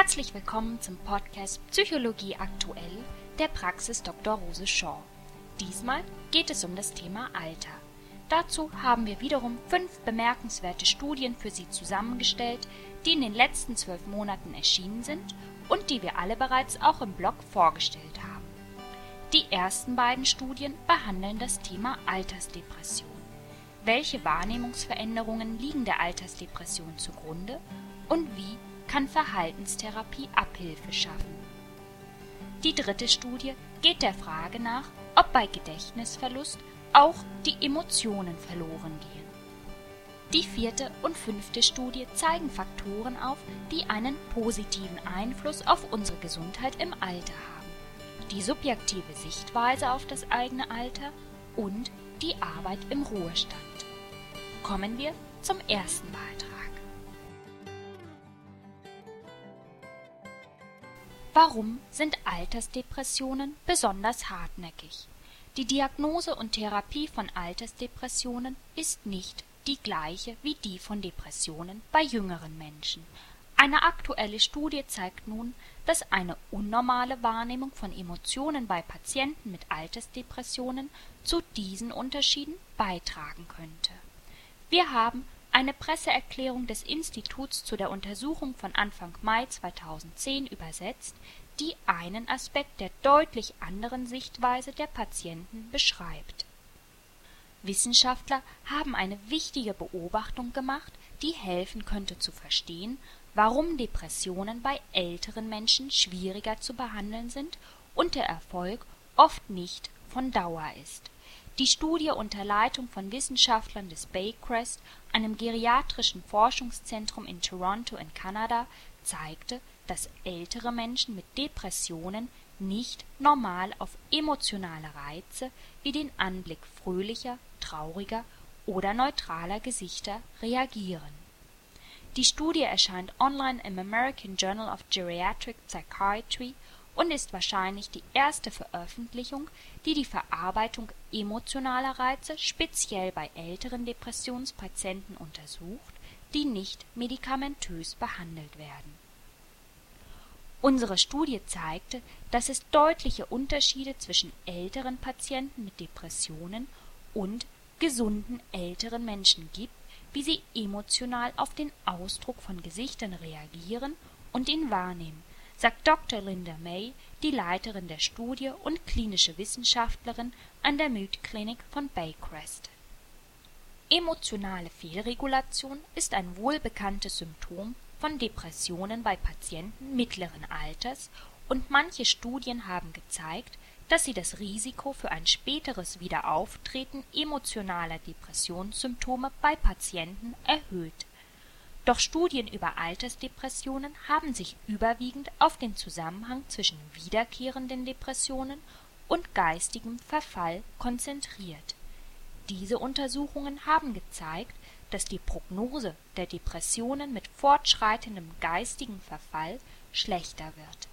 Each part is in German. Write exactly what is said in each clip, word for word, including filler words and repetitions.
Herzlich willkommen zum Podcast Psychologie aktuell der Praxis Doktor Rose Shaw. Diesmal geht es um das Thema Alter. Dazu haben wir wiederum fünf bemerkenswerte Studien für Sie zusammengestellt, die in den letzten zwölf Monaten erschienen sind und die wir alle bereits auch im Blog vorgestellt haben. Die ersten beiden Studien behandeln das Thema Altersdepression. Welche Wahrnehmungsveränderungen liegen der Altersdepression zugrunde und wie kann Verhaltenstherapie Abhilfe schaffen? Die dritte Studie geht der Frage nach, ob bei Gedächtnisverlust auch die Emotionen verloren gehen. Die vierte und fünfte Studie zeigen Faktoren auf, die einen positiven Einfluss auf unsere Gesundheit im Alter haben. Die subjektive Sichtweise auf das eigene Alter und die Arbeit im Ruhestand. Kommen wir zum ersten Beitrag. Warum sind Altersdepressionen besonders hartnäckig? Die Diagnose und Therapie von Altersdepressionen ist nicht die gleiche wie die von Depressionen bei jüngeren Menschen. Eine aktuelle Studie zeigt nun, dass eine unnormale Wahrnehmung von Emotionen bei Patienten mit Altersdepressionen zu diesen Unterschieden beitragen könnte. Wir haben eine Presseerklärung des Instituts zu der Untersuchung von Anfang Mai zweitausendzehn übersetzt, die einen Aspekt der deutlich anderen Sichtweise der Patienten beschreibt. Wissenschaftler haben eine wichtige Beobachtung gemacht, die helfen könnte zu verstehen, warum Depressionen bei älteren Menschen schwieriger zu behandeln sind und der Erfolg oft nicht von Dauer ist. Die Studie unter Leitung von Wissenschaftlern des Baycrest, einem geriatrischen Forschungszentrum in Toronto in Kanada, zeigte, dass ältere Menschen mit Depressionen nicht normal auf emotionale Reize wie den Anblick fröhlicher, trauriger oder neutraler Gesichter reagieren. Die Studie erscheint online im American Journal of Geriatric Psychiatry und ist wahrscheinlich die erste Veröffentlichung, die die Verarbeitung emotionaler Reize speziell bei älteren Depressionspatienten untersucht, die nicht medikamentös behandelt werden. Unsere Studie zeigte, dass es deutliche Unterschiede zwischen älteren Patienten mit Depressionen und gesunden älteren Menschen gibt, wie sie emotional auf den Ausdruck von Gesichtern reagieren und ihn wahrnehmen, sagt Doktor Linda May, die Leiterin der Studie und klinische Wissenschaftlerin an der Mood Clinic von Baycrest. Emotionale Fehlregulation ist ein wohlbekanntes Symptom von Depressionen bei Patienten mittleren Alters und manche Studien haben gezeigt, dass sie das Risiko für ein späteres Wiederauftreten emotionaler Depressionssymptome bei Patienten erhöht. Doch Studien über Altersdepressionen haben sich überwiegend auf den Zusammenhang zwischen wiederkehrenden Depressionen und geistigem Verfall konzentriert. Diese Untersuchungen haben gezeigt, dass die Prognose der Depressionen mit fortschreitendem geistigen Verfall schlechter wird.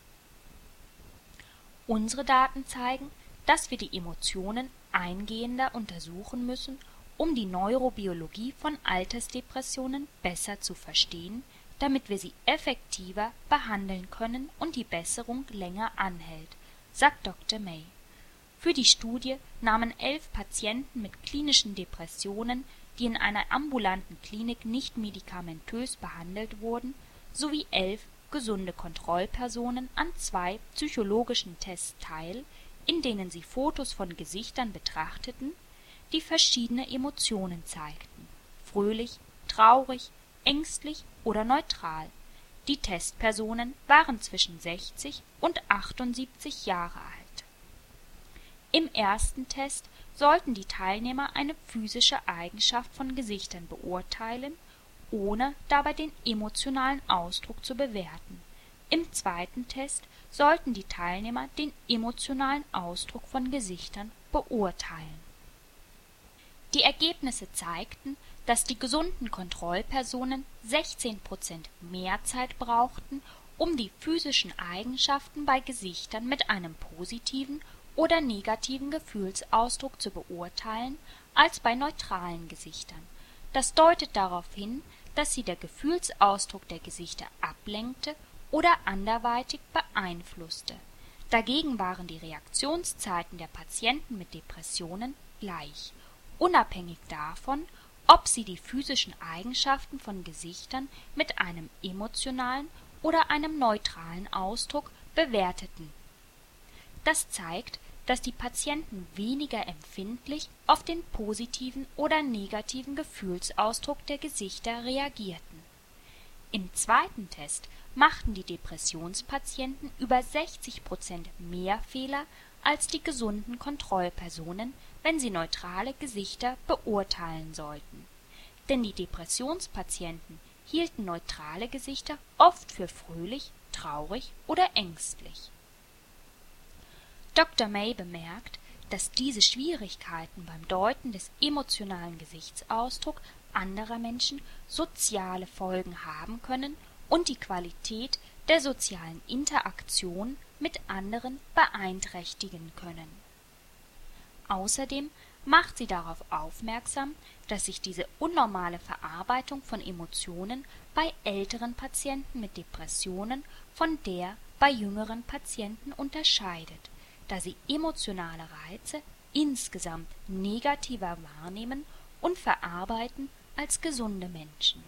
Unsere Daten zeigen, dass wir die Emotionen eingehender untersuchen müssen, um die Neurobiologie von Altersdepressionen besser zu verstehen, damit wir sie effektiver behandeln können und die Besserung länger anhält, sagt Doktor May. Für die Studie nahmen elf Patienten mit klinischen Depressionen, die in einer ambulanten Klinik nicht medikamentös behandelt wurden, sowie elf gesunde Kontrollpersonen an zwei psychologischen Tests teil, in denen sie Fotos von Gesichtern betrachteten, die verschiedene Emotionen zeigten: fröhlich, traurig, ängstlich oder neutral. Die Testpersonen waren zwischen sechzig und achtundsiebzig Jahre alt. Im ersten Test sollten die Teilnehmer eine physische Eigenschaft von Gesichtern beurteilen, ohne dabei den emotionalen Ausdruck zu bewerten. Im zweiten Test sollten die Teilnehmer den emotionalen Ausdruck von Gesichtern beurteilen. Die Ergebnisse zeigten, dass die gesunden Kontrollpersonen sechzehn Prozent mehr Zeit brauchten, um die physischen Eigenschaften bei Gesichtern mit einem positiven oder negativen Gefühlsausdruck zu beurteilen, als bei neutralen Gesichtern. Das deutet darauf hin, dass sie der Gefühlsausdruck der Gesichter ablenkte oder anderweitig beeinflusste. Dagegen waren die Reaktionszeiten der Patienten mit Depressionen gleich, unabhängig davon, ob sie die physischen Eigenschaften von Gesichtern mit einem emotionalen oder einem neutralen Ausdruck bewerteten. Das zeigt, dass die Patienten weniger empfindlich auf den positiven oder negativen Gefühlsausdruck der Gesichter reagierten. Im zweiten Test machten die Depressionspatienten über sechzig Prozent mehr Fehler als die gesunden Kontrollpersonen, wenn sie neutrale Gesichter beurteilen sollten. Denn die Depressionspatienten hielten neutrale Gesichter oft für fröhlich, traurig oder ängstlich. Doktor May bemerkt, dass diese Schwierigkeiten beim Deuten des emotionalen Gesichtsausdrucks anderer Menschen soziale Folgen haben können und die Qualität der sozialen Interaktion mit anderen beeinträchtigen können. Außerdem macht sie darauf aufmerksam, dass sich diese unnormale Verarbeitung von Emotionen bei älteren Patienten mit Depressionen von der bei jüngeren Patienten unterscheidet, da sie emotionale Reize insgesamt negativer wahrnehmen und verarbeiten als gesunde Menschen.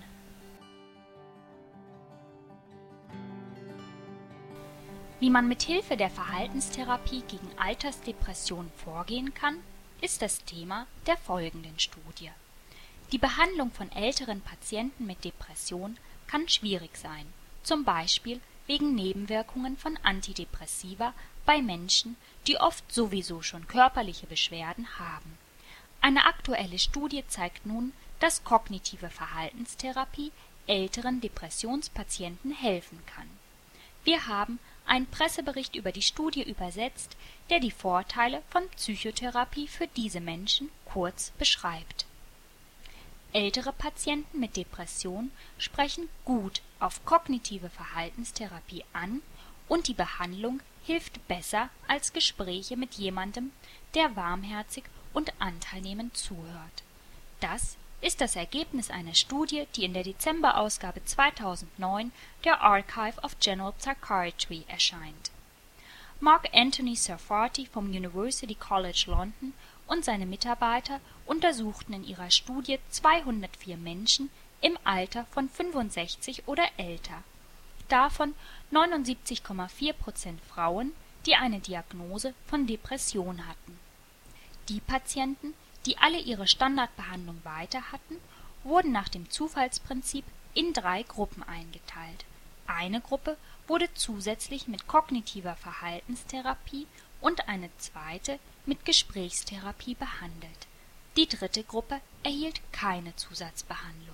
Wie man mit Hilfe der Verhaltenstherapie gegen Altersdepression vorgehen kann, ist das Thema der folgenden Studie. Die Behandlung von älteren Patienten mit Depression kann schwierig sein, zum Beispiel wegen Nebenwirkungen von Antidepressiva bei Menschen, die oft sowieso schon körperliche Beschwerden haben. Eine aktuelle Studie zeigt nun, dass kognitive Verhaltenstherapie älteren Depressionspatienten helfen kann. Wir haben einen Pressebericht über die Studie übersetzt, der die Vorteile von Psychotherapie für diese Menschen kurz beschreibt. Ältere Patienten mit Depression sprechen gut auf kognitive Verhaltenstherapie an und die Behandlung hilft besser als Gespräche mit jemandem, der warmherzig und anteilnehmend zuhört. Das ist das Ergebnis einer Studie, die in der Dezemberausgabe zweitausendneun der Archive of General Psychiatry erscheint. Mark Anthony Sarfati vom University College London und seine Mitarbeiter untersuchten in ihrer Studie zweihundertvier Menschen im Alter von fünfundsechzig oder älter, davon neunundsiebzig Komma vier Prozent Frauen, die eine Diagnose von Depression hatten. Die Patienten, die alle ihre Standardbehandlung weiter hatten, wurden nach dem Zufallsprinzip in drei Gruppen eingeteilt. Eine Gruppe wurde zusätzlich mit kognitiver Verhaltenstherapie und eine zweite mit Gesprächstherapie behandelt. Die dritte Gruppe erhielt keine Zusatzbehandlung.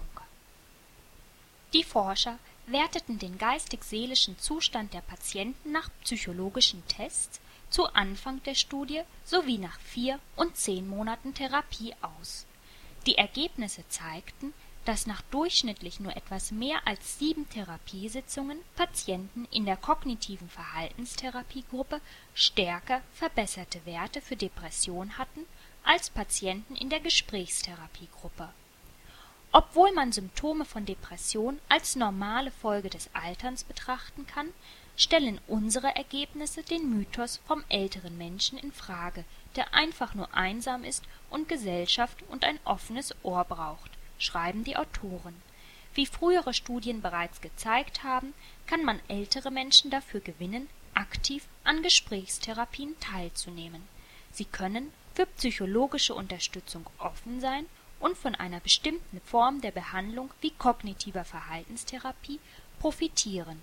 Die Forscher werteten den geistig-seelischen Zustand der Patienten nach psychologischen Tests zu Anfang der Studie sowie nach vier und zehn Monaten Therapie aus. Die Ergebnisse zeigten, dass nach durchschnittlich nur etwas mehr als sieben Therapiesitzungen Patienten in der kognitiven Verhaltenstherapiegruppe stärker verbesserte Werte für Depression hatten als Patienten in der Gesprächstherapiegruppe. Obwohl man Symptome von Depression als normale Folge des Alterns betrachten kann, stellen unsere Ergebnisse den Mythos vom älteren Menschen in Frage, der einfach nur einsam ist und Gesellschaft und ein offenes Ohr braucht, schreiben die Autoren. Wie frühere Studien bereits gezeigt haben, kann man ältere Menschen dafür gewinnen, aktiv an Gesprächstherapien teilzunehmen. Sie können für psychologische Unterstützung offen sein und von einer bestimmten Form der Behandlung wie kognitiver Verhaltenstherapie profitieren.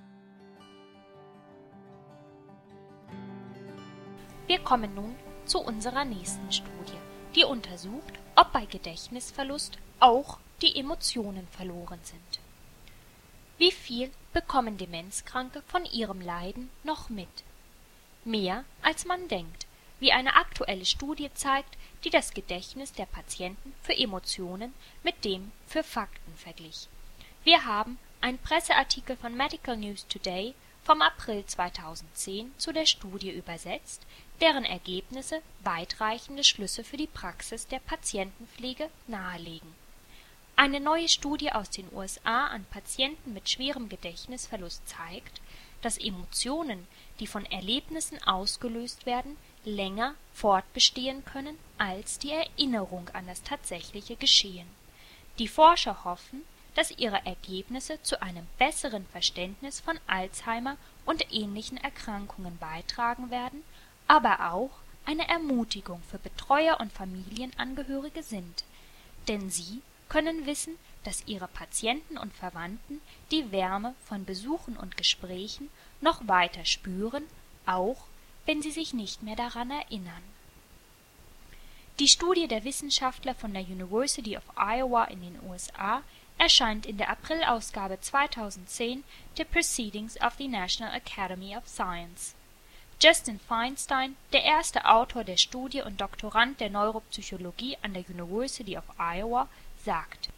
Wir kommen nun zu unserer nächsten Studie, die untersucht, ob bei Gedächtnisverlust auch die Emotionen verloren sind. Wie viel bekommen Demenzkranke von ihrem Leiden noch mit? Mehr, als man denkt, wie eine aktuelle Studie zeigt, die das Gedächtnis der Patienten für Emotionen mit dem für Fakten verglich. Wir haben einen Presseartikel von Medical News Today vom April zweitausendzehn zu der Studie übersetzt, deren Ergebnisse weitreichende Schlüsse für die Praxis der Patientenpflege nahelegen. Eine neue Studie aus den U S A an Patienten mit schwerem Gedächtnisverlust zeigt, dass Emotionen, die von Erlebnissen ausgelöst werden, länger fortbestehen können als die Erinnerung an das tatsächliche Geschehen. Die Forscher hoffen, dass ihre Ergebnisse zu einem besseren Verständnis von Alzheimer und ähnlichen Erkrankungen beitragen werden, aber auch eine Ermutigung für Betreuer und Familienangehörige sind, denn sie können wissen, dass ihre Patienten und Verwandten die Wärme von Besuchen und Gesprächen noch weiter spüren, auch wenn sie sich nicht mehr daran erinnern. Die Studie der Wissenschaftler von der University of Iowa in den U S A erscheint in der Aprilausgabe zweitausendzehn der Proceedings of the National Academy of Science. Justin Feinstein, der erste Autor der Studie und Doktorand der Neuropsychologie an der University of Iowa, sagt: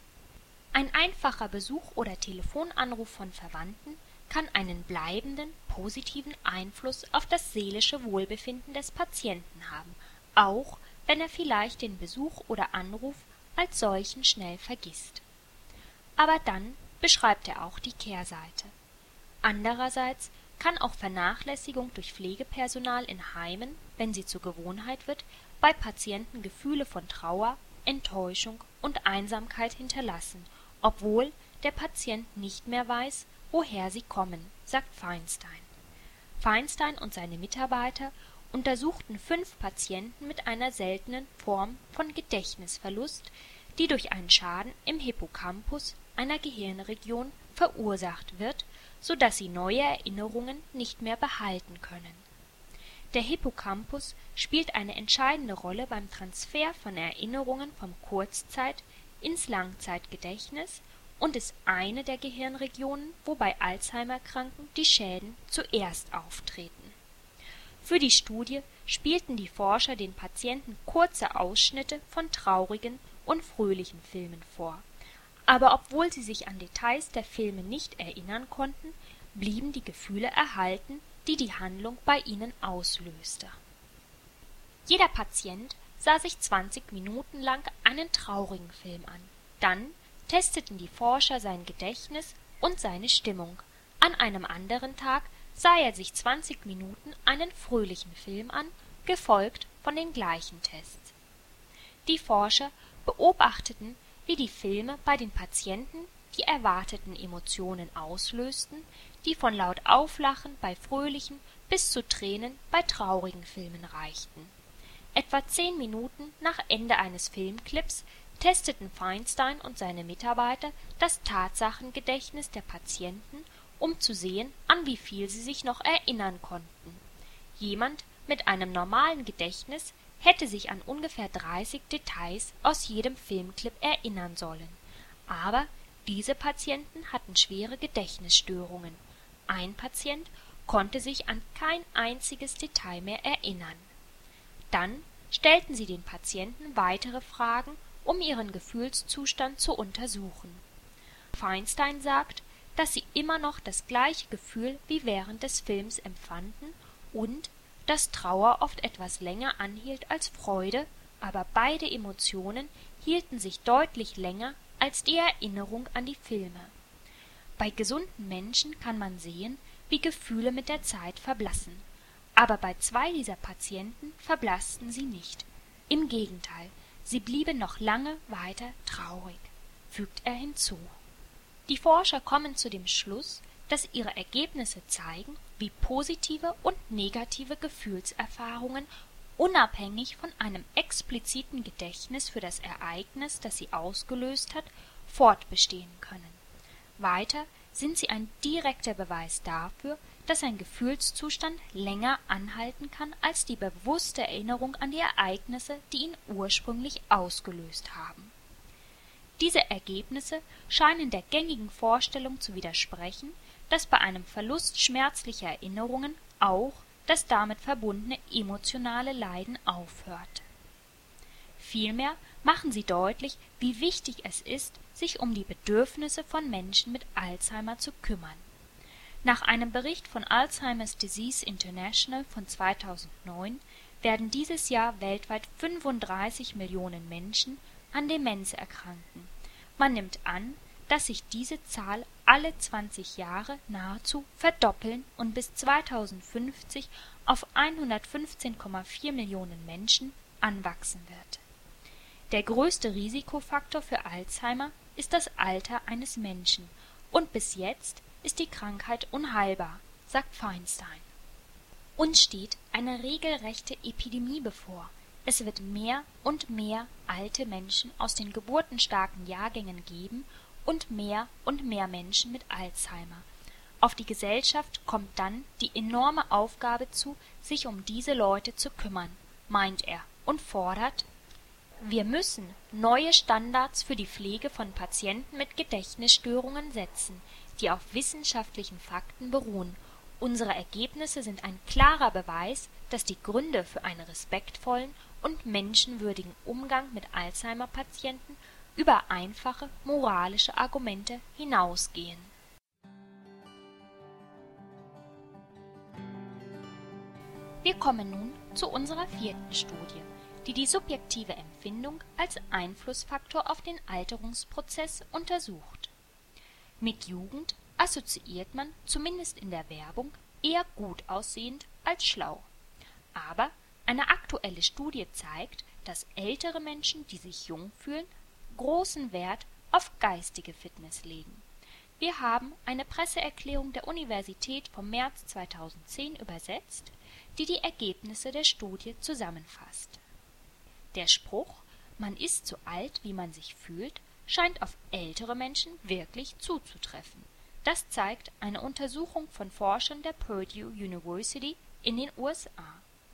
Ein einfacher Besuch oder Telefonanruf von Verwandten kann einen bleibenden, positiven Einfluss auf das seelische Wohlbefinden des Patienten haben, auch wenn er vielleicht den Besuch oder Anruf als solchen schnell vergisst. Aber dann beschreibt er auch die Kehrseite. Andererseits kann auch Vernachlässigung durch Pflegepersonal in Heimen, wenn sie zur Gewohnheit wird, bei Patienten Gefühle von Trauer, Enttäuschung und Einsamkeit hinterlassen, obwohl der Patient nicht mehr weiß, woher sie kommen, sagt Feinstein. Feinstein und seine Mitarbeiter untersuchten fünf Patienten mit einer seltenen Form von Gedächtnisverlust, die durch einen Schaden im Hippocampus, einer Gehirnregion, verursacht wird, so dass sie neue Erinnerungen nicht mehr behalten können. Der Hippocampus spielt eine entscheidende Rolle beim Transfer von Erinnerungen vom Kurzzeit- ins Langzeitgedächtnis und ist eine der Gehirnregionen, wo bei Alzheimer-Kranken die Schäden zuerst auftreten. Für die Studie spielten die Forscher den Patienten kurze Ausschnitte von traurigen und fröhlichen Filmen vor. Aber obwohl sie sich an Details der Filme nicht erinnern konnten, blieben die Gefühle erhalten, die die Handlung bei ihnen auslöste. Jeder Patient sah sich zwanzig Minuten lang einen traurigen Film an. Dann testeten die Forscher sein Gedächtnis und seine Stimmung. An einem anderen Tag sah er sich zwanzig Minuten einen fröhlichen Film an, gefolgt von den gleichen Tests. Die Forscher beobachteten, wie die Filme bei den Patienten die erwarteten Emotionen auslösten, die von laut Auflachen bei fröhlichen bis zu Tränen bei traurigen Filmen reichten. Etwa zehn Minuten nach Ende eines Filmclips testeten Feinstein und seine Mitarbeiter das Tatsachengedächtnis der Patienten, um zu sehen, an wie viel sie sich noch erinnern konnten. Jemand mit einem normalen Gedächtnis hätte sich an ungefähr dreißig Details aus jedem Filmclip erinnern sollen. Aber diese Patienten hatten schwere Gedächtnisstörungen. Ein Patient konnte sich an kein einziges Detail mehr erinnern. Dann stellten sie den Patienten weitere Fragen, um ihren Gefühlszustand zu untersuchen. Feinstein sagt, dass sie immer noch das gleiche Gefühl wie während des Films empfanden und dass Trauer oft etwas länger anhielt als Freude, aber beide Emotionen hielten sich deutlich länger als die Erinnerung an die Filme. Bei gesunden Menschen kann man sehen, wie Gefühle mit der Zeit verblassen. Aber bei zwei dieser Patienten verblassten sie nicht. Im Gegenteil, sie blieben noch lange weiter traurig, fügt er hinzu. Die Forscher kommen zu dem Schluss, dass ihre Ergebnisse zeigen, wie positive und negative Gefühlserfahrungen unabhängig von einem expliziten Gedächtnis für das Ereignis, das sie ausgelöst hat, fortbestehen können. Weiter sind sie ein direkter Beweis dafür, dass ein Gefühlszustand länger anhalten kann als die bewusste Erinnerung an die Ereignisse, die ihn ursprünglich ausgelöst haben. Diese Ergebnisse scheinen der gängigen Vorstellung zu widersprechen, dass bei einem Verlust schmerzlicher Erinnerungen auch das damit verbundene emotionale Leiden aufhört. Vielmehr machen sie deutlich, wie wichtig es ist, sich um die Bedürfnisse von Menschen mit Alzheimer zu kümmern. Nach einem Bericht von Alzheimer's Disease International von zweitausendneun werden dieses Jahr weltweit fünfunddreißig Millionen Menschen an Demenz erkranken, Man nimmt an, dass sich diese Zahl alle zwanzig Jahre nahezu verdoppeln und bis zweitausendfünfzig auf hundertfünfzehn Komma vier Millionen Menschen anwachsen wird. Der größte Risikofaktor für Alzheimer ist das Alter eines Menschen, und bis jetzt ist die Krankheit unheilbar, sagt Feinstein. Uns steht eine regelrechte Epidemie bevor. Es wird mehr und mehr alte Menschen aus den geburtenstarken Jahrgängen geben und mehr und mehr Menschen mit Alzheimer. Auf die Gesellschaft kommt dann die enorme Aufgabe zu, sich um diese Leute zu kümmern, meint er und fordert: Wir müssen neue Standards für die Pflege von Patienten mit Gedächtnisstörungen setzen, die auf wissenschaftlichen Fakten beruhen. Unsere Ergebnisse sind ein klarer Beweis, dass die Gründe für einen respektvollen und menschenwürdigen Umgang mit Alzheimer-Patienten über einfache moralische Argumente hinausgehen. Wir kommen nun zu unserer vierten Studie, die die subjektive Empfindung als Einflussfaktor auf den Alterungsprozess untersucht. Mit Jugend assoziiert man, zumindest in der Werbung, eher gut aussehend als schlau. Aber eine aktuelle Studie zeigt, dass ältere Menschen, die sich jung fühlen, großen Wert auf geistige Fitness legen. Wir haben eine Presseerklärung der Universität vom März zweitausendzehn übersetzt, die die Ergebnisse der Studie zusammenfasst. Der Spruch, man ist so alt, wie man sich fühlt, scheint auf ältere Menschen wirklich zuzutreffen. Das zeigt eine Untersuchung von Forschern der Purdue University in den U S A.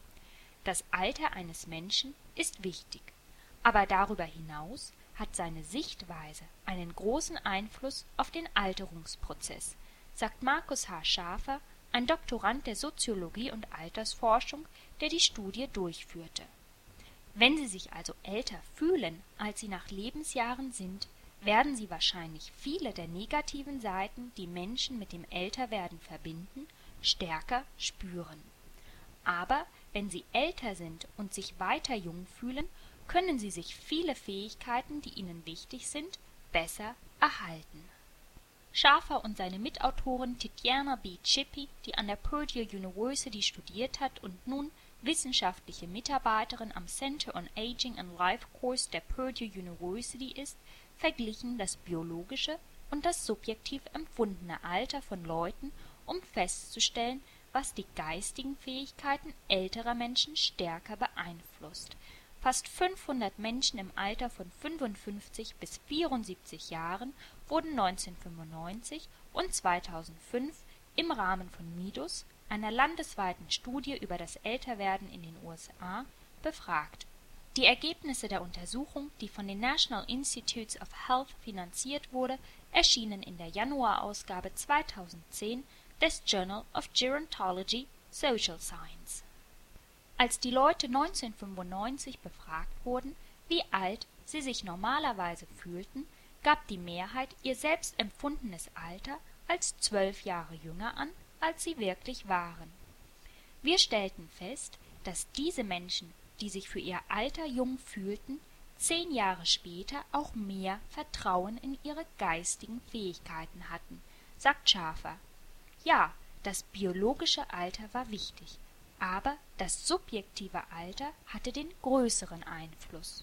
Das Alter eines Menschen ist wichtig, aber darüber hinaus hat seine Sichtweise einen großen Einfluss auf den Alterungsprozess, sagt Markus H. Schafer, ein Doktorand der Soziologie und Altersforschung, der die Studie durchführte. Wenn Sie sich also älter fühlen, als Sie nach Lebensjahren sind, werden Sie wahrscheinlich viele der negativen Seiten, die Menschen mit dem Älterwerden verbinden, stärker spüren. Aber wenn Sie älter sind und sich weiter jung fühlen, können Sie sich viele Fähigkeiten, die Ihnen wichtig sind, besser erhalten. Schafer und seine Mitautorin Titiana B. Chippy, die an der Purdue University studiert hat und nun wissenschaftliche Mitarbeiterin am Center on Aging and Life Course der Purdue University ist, verglichen das biologische und das subjektiv empfundene Alter von Leuten, um festzustellen, was die geistigen Fähigkeiten älterer Menschen stärker beeinflusst. Fast fünfhundert Menschen im Alter von fünfundfünfzig bis vierundsiebzig Jahren wurden neunzehnhundertfünfundneunzig und zweitausendfünf im Rahmen von MIDUS, einer landesweiten Studie über das Älterwerden in den U S A, befragt. Die Ergebnisse der Untersuchung, die von den National Institutes of Health finanziert wurde, erschienen in der Januarausgabe zweitausendzehn des Journal of Gerontology Social Science. Als die Leute neunzehnhundertfünfundneunzig befragt wurden, wie alt sie sich normalerweise fühlten, gab die Mehrheit ihr selbst empfundenes Alter als zwölf Jahre jünger an, als sie wirklich waren. Wir stellten fest, dass diese Menschen, die sich für ihr Alter jung fühlten, zehn Jahre später auch mehr Vertrauen in ihre geistigen Fähigkeiten hatten, sagt Schafer. Ja, das biologische Alter war wichtig, aber das subjektive Alter hatte den größeren Einfluss.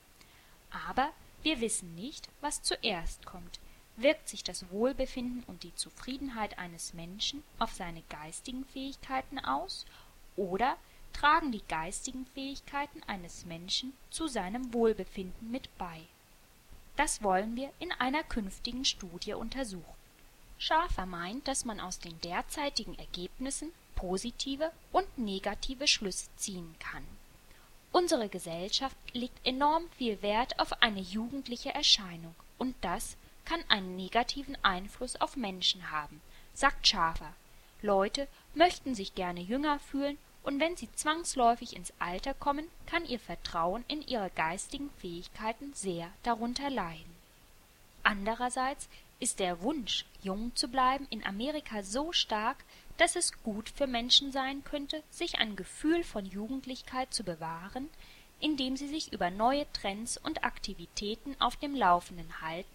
Aber wir wissen nicht, was zuerst kommt. Wirkt sich das Wohlbefinden und die Zufriedenheit eines Menschen auf seine geistigen Fähigkeiten aus, oder tragen die geistigen Fähigkeiten eines Menschen zu seinem Wohlbefinden mit bei? Das wollen wir in einer künftigen Studie untersuchen. Schafer meint, dass man aus den derzeitigen Ergebnissen positive und negative Schlüsse ziehen kann. Unsere Gesellschaft legt enorm viel Wert auf eine jugendliche Erscheinung, und das kann einen negativen Einfluss auf Menschen haben, sagt Schafer. Leute möchten sich gerne jünger fühlen, und wenn sie zwangsläufig ins Alter kommen, kann ihr Vertrauen in ihre geistigen Fähigkeiten sehr darunter leiden. Andererseits ist der Wunsch, jung zu bleiben, in Amerika so stark, dass es gut für Menschen sein könnte, sich ein Gefühl von Jugendlichkeit zu bewahren, indem sie sich über neue Trends und Aktivitäten auf dem Laufenden halten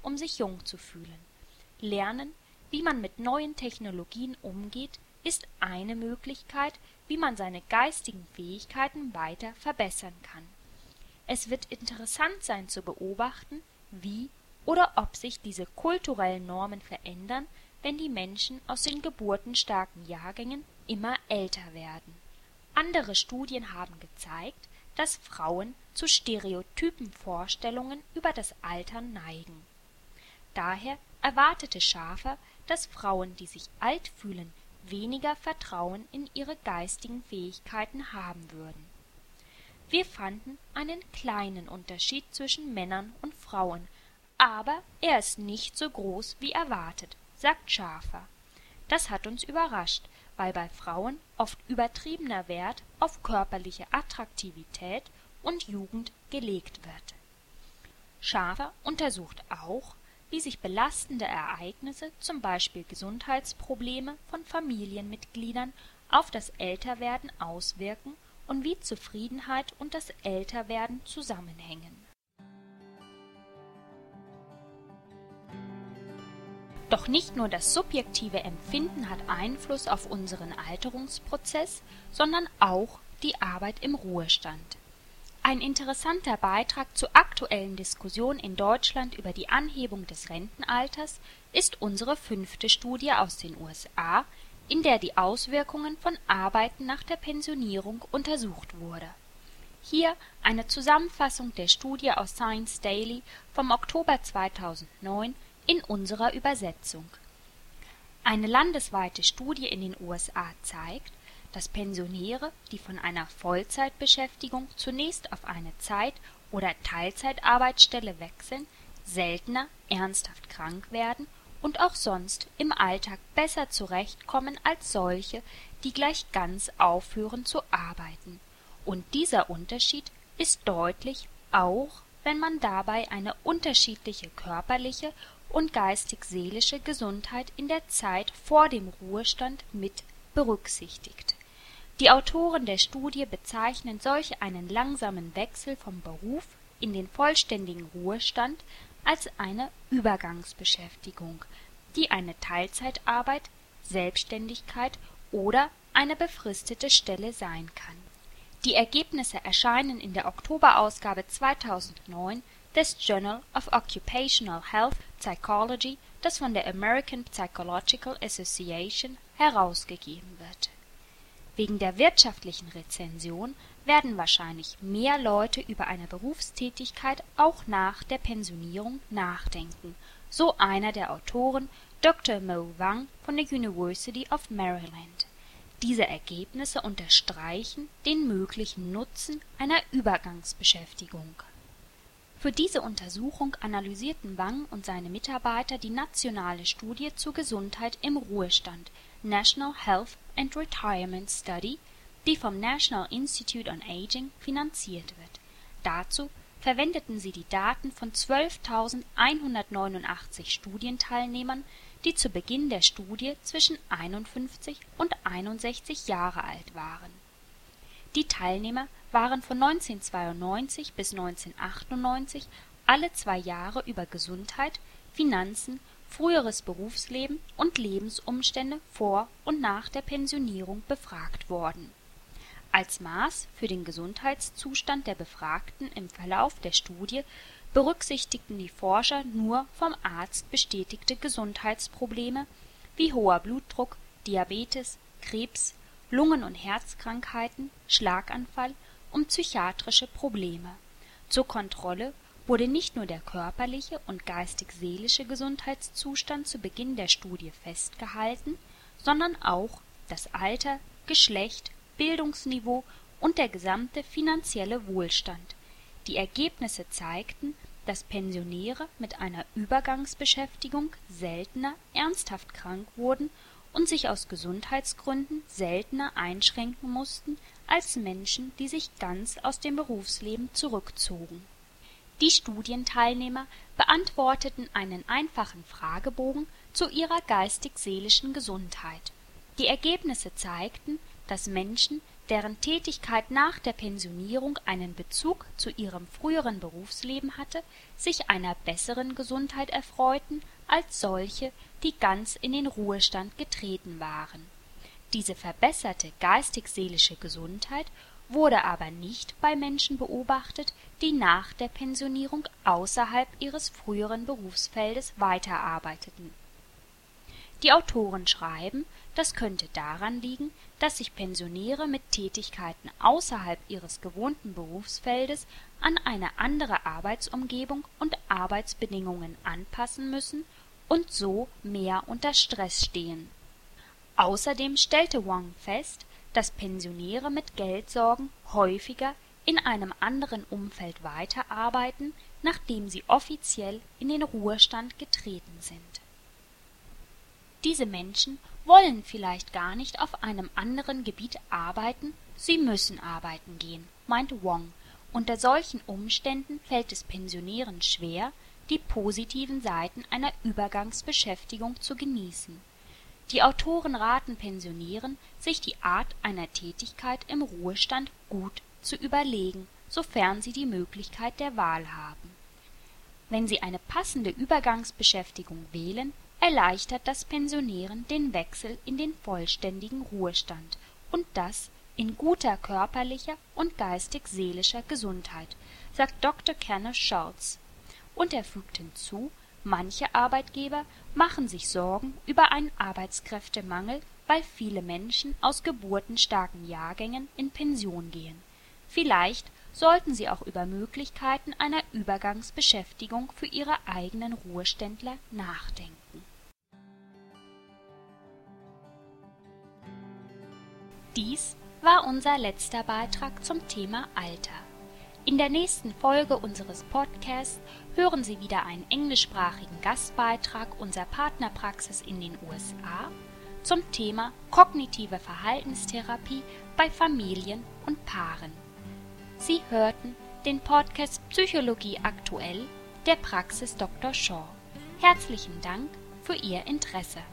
um sich jung zu fühlen. Lernen, wie man mit neuen Technologien umgeht, ist eine Möglichkeit, wie man seine geistigen Fähigkeiten weiter verbessern kann. Es wird interessant sein zu beobachten, wie oder ob sich diese kulturellen Normen verändern, wenn die Menschen aus den geburtenstarken Jahrgängen immer älter werden. Andere Studien haben gezeigt, dass Frauen zu stereotypen Vorstellungen über das Alter neigen. Daher erwartete Schaffer, dass Frauen, die sich alt fühlen, weniger Vertrauen in ihre geistigen Fähigkeiten haben würden. Wir fanden einen kleinen Unterschied zwischen Männern und Frauen, aber er ist nicht so groß wie erwartet, sagt Schaffer. Das hat uns überrascht, weil bei Frauen oft übertriebener Wert auf körperliche Attraktivität und Jugend gelegt wird. Schaffer untersucht auch, wie sich belastende Ereignisse, zum Beispiel Gesundheitsprobleme von Familienmitgliedern, auf das Älterwerden auswirken und wie Zufriedenheit und das Älterwerden zusammenhängen. Doch nicht nur das subjektive Empfinden hat Einfluss auf unseren Alterungsprozess, sondern auch die Arbeit im Ruhestand. Ein interessanter Beitrag zur aktuellen Diskussion in Deutschland über die Anhebung des Rentenalters ist unsere fünfte Studie aus den U S A, in der die Auswirkungen von Arbeiten nach der Pensionierung untersucht wurde. Hier eine Zusammenfassung der Studie aus Science Daily vom Oktober zweitausendneun in unserer Übersetzung. Eine landesweite Studie in den U S A zeigt, dass Pensionäre, die von einer Vollzeitbeschäftigung zunächst auf eine Zeit- oder Teilzeitarbeitsstelle wechseln, seltener ernsthaft krank werden und auch sonst im Alltag besser zurechtkommen als solche, die gleich ganz aufhören zu arbeiten. Und dieser Unterschied ist deutlich, auch wenn man dabei eine unterschiedliche körperliche und geistig-seelische Gesundheit in der Zeit vor dem Ruhestand mit berücksichtigt. Die Autoren der Studie bezeichnen solch einen langsamen Wechsel vom Beruf in den vollständigen Ruhestand als eine Übergangsbeschäftigung, die eine Teilzeitarbeit, Selbstständigkeit oder eine befristete Stelle sein kann. Die Ergebnisse erscheinen in der Oktoberausgabe zweitausendneun des Journal of Occupational Health Psychology, das von der American Psychological Association herausgegeben wird. Wegen der wirtschaftlichen Rezension werden wahrscheinlich mehr Leute über eine Berufstätigkeit auch nach der Pensionierung nachdenken, so einer der Autoren, Doktor Mo Wang von der University of Maryland. Diese Ergebnisse unterstreichen den möglichen Nutzen einer Übergangsbeschäftigung. Für diese Untersuchung analysierten Wang und seine Mitarbeiter die nationale Studie zur Gesundheit im Ruhestand, National Health and Retirement Study, die vom National Institute on Aging finanziert wird. Dazu verwendeten sie die Daten von zwölftausendeinhundertneunundachtzig Studienteilnehmern, die zu Beginn der Studie zwischen einundfünfzig und einundsechzig Jahre alt waren. Die Teilnehmer waren von neunzehnhundertzweiundneunzig bis neunzehnhundertachtundneunzig alle zwei Jahre über Gesundheit, Finanzen, früheres Berufsleben und Lebensumstände vor und nach der Pensionierung befragt worden. Als Maß für den Gesundheitszustand der Befragten im Verlauf der Studie berücksichtigten die Forscher nur vom Arzt bestätigte Gesundheitsprobleme wie hoher Blutdruck, Diabetes, Krebs, Lungen- und Herzkrankheiten, Schlaganfall und psychiatrische Probleme. Zur Kontrolle wurde nicht nur der körperliche und geistig-seelische Gesundheitszustand zu Beginn der Studie festgehalten, sondern auch das Alter, Geschlecht, Bildungsniveau und der gesamte finanzielle Wohlstand. Die Ergebnisse zeigten, dass Pensionäre mit einer Übergangsbeschäftigung seltener ernsthaft krank wurden und sich aus Gesundheitsgründen seltener einschränken mussten als Menschen, die sich ganz aus dem Berufsleben zurückzogen. Die Studienteilnehmer beantworteten einen einfachen Fragebogen zu ihrer geistig-seelischen Gesundheit. Die Ergebnisse zeigten, dass Menschen, deren Tätigkeit nach der Pensionierung einen Bezug zu ihrem früheren Berufsleben hatte, sich einer besseren Gesundheit erfreuten als solche, die ganz in den Ruhestand getreten waren. Diese verbesserte geistig-seelische Gesundheit wurde aber nicht bei Menschen beobachtet, die nach der Pensionierung außerhalb ihres früheren Berufsfeldes weiterarbeiteten. Die Autoren schreiben, das könnte daran liegen, dass sich Pensionäre mit Tätigkeiten außerhalb ihres gewohnten Berufsfeldes an eine andere Arbeitsumgebung und Arbeitsbedingungen anpassen müssen und so mehr unter Stress stehen. Außerdem stellte Wong fest, dass Pensionäre mit Geldsorgen häufiger in einem anderen Umfeld weiterarbeiten, nachdem sie offiziell in den Ruhestand getreten sind. Diese Menschen wollen vielleicht gar nicht auf einem anderen Gebiet arbeiten, sie müssen arbeiten gehen, meint Wong. Unter solchen Umständen fällt es Pensionären schwer, die positiven Seiten einer Übergangsbeschäftigung zu genießen. Die Autoren raten Pensionären, sich die Art einer Tätigkeit im Ruhestand gut zu überlegen, sofern sie die Möglichkeit der Wahl haben. Wenn sie eine passende Übergangsbeschäftigung wählen, erleichtert das Pensionieren den Wechsel in den vollständigen Ruhestand und das in guter körperlicher und geistig-seelischer Gesundheit, sagt Doktor Kenneth Schultz. Und er fügt hinzu, manche Arbeitgeber machen sich Sorgen über einen Arbeitskräftemangel, weil viele Menschen aus geburtenstarken Jahrgängen in Pension gehen. Vielleicht sollten sie auch über Möglichkeiten einer Übergangsbeschäftigung für ihre eigenen Ruheständler nachdenken. Dies war unser letzter Beitrag zum Thema Alter. In der nächsten Folge unseres Podcasts hören Sie wieder einen englischsprachigen Gastbeitrag unserer Partnerpraxis in den U S A zum Thema kognitive Verhaltenstherapie bei Familien und Paaren. Sie hörten den Podcast Psychologie aktuell der Praxis Doktor Shaw. Herzlichen Dank für Ihr Interesse.